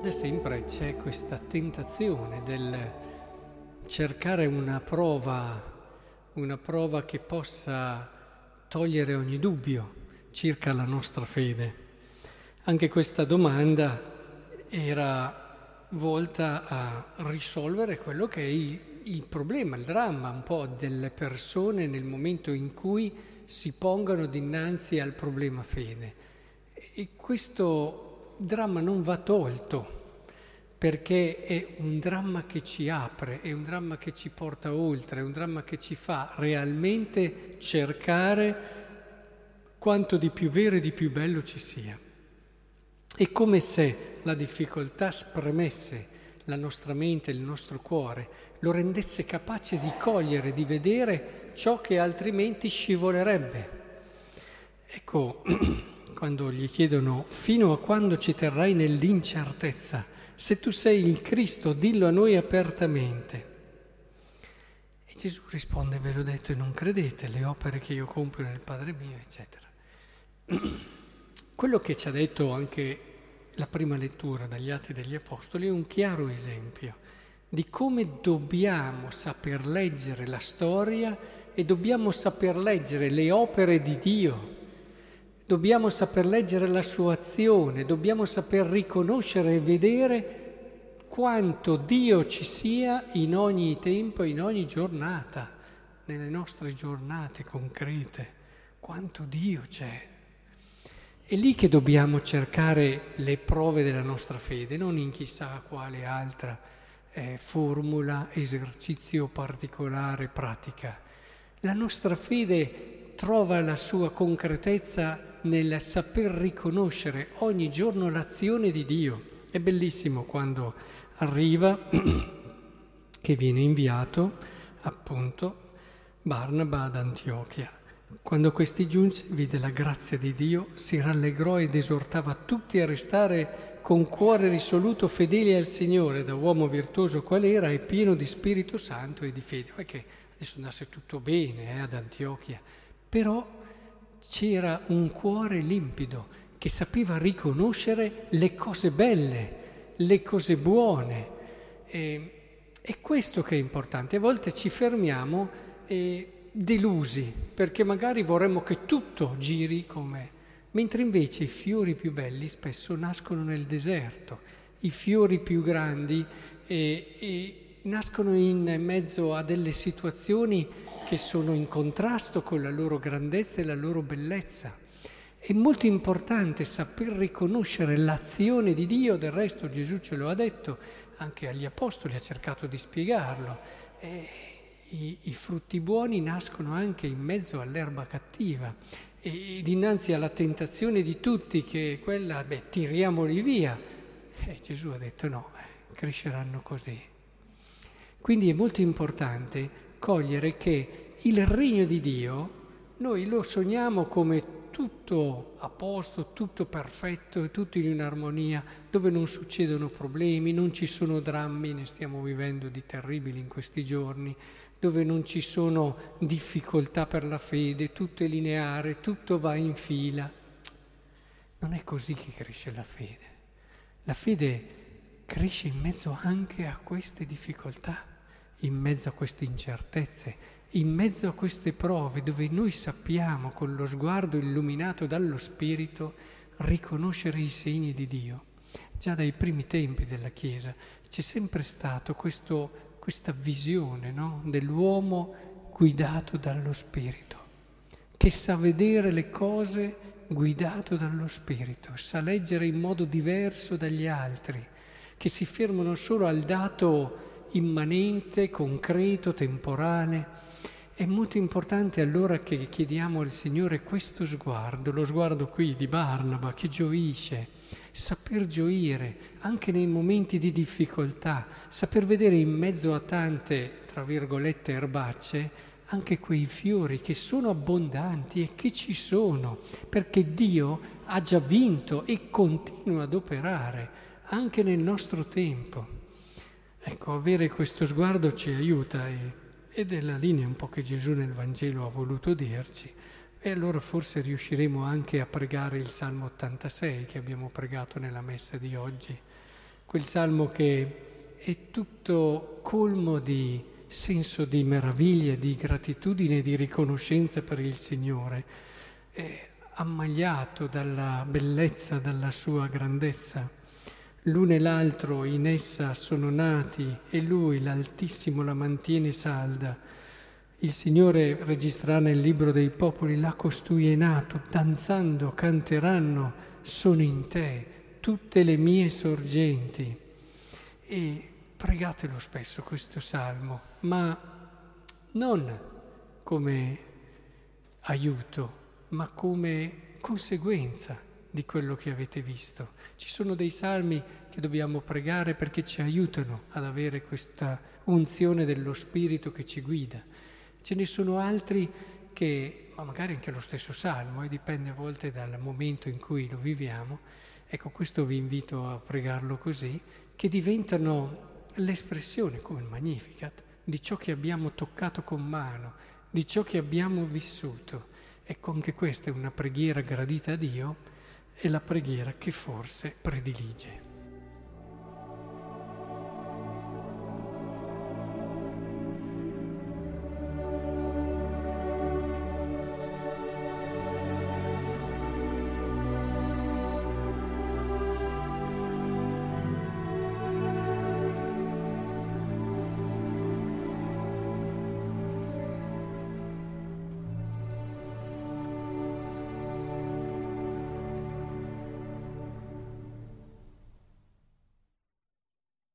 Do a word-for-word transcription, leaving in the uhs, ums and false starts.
Da sempre c'è questa tentazione del cercare una prova, una prova che possa togliere ogni dubbio circa la nostra fede. Anche questa domanda era volta a risolvere quello che è il, il problema, il dramma un po' delle persone nel momento in cui si pongono dinanzi al problema fede. E questo dramma non va tolto, perché è un dramma che ci apre, è un dramma che ci porta oltre, è un dramma che ci fa realmente cercare quanto di più vero e di più bello ci sia. È come se la difficoltà spremesse la nostra mente, il nostro cuore, lo rendesse capace di cogliere, di vedere ciò che altrimenti scivolerebbe. Ecco, quando gli chiedono fino a quando ci terrai nell'incertezza, se tu sei il Cristo, dillo a noi apertamente. E Gesù risponde, ve l'ho detto e non credete, le opere che io compio nel Padre mio, eccetera. Quello che ci ha detto anche la prima lettura dagli Atti degli Apostoli è un chiaro esempio di come dobbiamo saper leggere la storia e dobbiamo saper leggere le opere di Dio. Dobbiamo saper leggere la sua azione, dobbiamo saper riconoscere e vedere quanto Dio ci sia in ogni tempo, in ogni giornata, nelle nostre giornate concrete, quanto Dio c'è. È lì che dobbiamo cercare le prove della nostra fede, non in chissà quale altra eh, formula, esercizio particolare, pratica. La nostra fede trova la sua concretezza nel saper riconoscere ogni giorno l'azione di Dio. È bellissimo quando arriva, che viene inviato, appunto, Barnaba ad Antiochia. Quando questi giunse, vide la grazia di Dio, si rallegrò ed esortava tutti a restare con cuore risoluto fedeli al Signore, da uomo virtuoso qual era e pieno di Spirito Santo e di fede. Non è che adesso andasse tutto bene eh, ad Antiochia, però c'era un cuore limpido che sapeva riconoscere le cose belle, le cose buone. E, è questo che è importante. A volte ci fermiamo e delusi, perché magari vorremmo che tutto giri come... Mentre invece i fiori più belli spesso nascono nel deserto, i fiori più grandi e, e nascono in mezzo a delle situazioni che sono in contrasto con la loro grandezza e la loro bellezza. È molto importante saper riconoscere l'azione di Dio, del resto Gesù ce lo ha detto, anche agli Apostoli ha cercato di spiegarlo. E i, i frutti buoni nascono anche in mezzo all'erba cattiva e dinanzi alla tentazione di tutti che quella, beh, tiriamoli via. E Gesù ha detto no, eh, cresceranno così. Quindi è molto importante cogliere che il regno di Dio noi lo sogniamo come tutto a posto, tutto perfetto e tutto in un'armonia, dove non succedono problemi, non ci sono drammi, ne stiamo vivendo di terribili in questi giorni, dove non ci sono difficoltà per la fede, tutto è lineare, tutto va in fila. Non è così che cresce la fede. La fede cresce in mezzo anche a queste difficoltà, in mezzo a queste incertezze, in mezzo a queste prove dove noi sappiamo con lo sguardo illuminato dallo Spirito riconoscere i segni di Dio. Già dai primi tempi della Chiesa c'è sempre stato questo, questa visione, no? Dell'uomo guidato dallo Spirito, che sa vedere le cose guidato dallo Spirito, sa leggere in modo diverso dagli altri, che si fermano solo al dato immanente, concreto, temporale. È molto importante allora che chiediamo al Signore questo sguardo, lo sguardo qui di Barnaba che gioisce, saper gioire anche nei momenti di difficoltà, saper vedere in mezzo a tante, tra virgolette, erbacce, anche quei fiori che sono abbondanti e che ci sono, perché Dio ha già vinto e continua ad operare anche nel nostro tempo. Ecco, avere questo sguardo ci aiuta e, ed è la linea un po' che Gesù nel Vangelo ha voluto dirci. E allora forse riusciremo anche a pregare il Salmo ottantasei che abbiamo pregato nella messa di oggi. quel salmo che è tutto colmo di senso di meraviglia, di gratitudine, di riconoscenza per il Signore, è ammagliato dalla bellezza, dalla sua grandezza. L'uno e l'altro in essa sono nati e Lui, l'Altissimo, la mantiene salda. Il Signore registrerà nel libro dei popoli, là costui è nato, danzando canteranno, sono in te tutte le mie sorgenti. E pregatelo spesso questo salmo, ma non come aiuto, ma come conseguenza di quello che avete visto. Ci sono dei salmi che dobbiamo pregare perché ci aiutano ad avere questa unzione dello Spirito che ci guida. Ce ne sono altri che, ma magari anche lo stesso salmo, e eh, dipende a volte dal momento in cui lo viviamo. Ecco, questo vi invito a pregarlo così, che diventano l'espressione, come il Magnificat, di ciò che abbiamo toccato con mano, di ciò che abbiamo vissuto. Ecco, anche questa è una preghiera gradita a Dio, è la preghiera che forse predilige.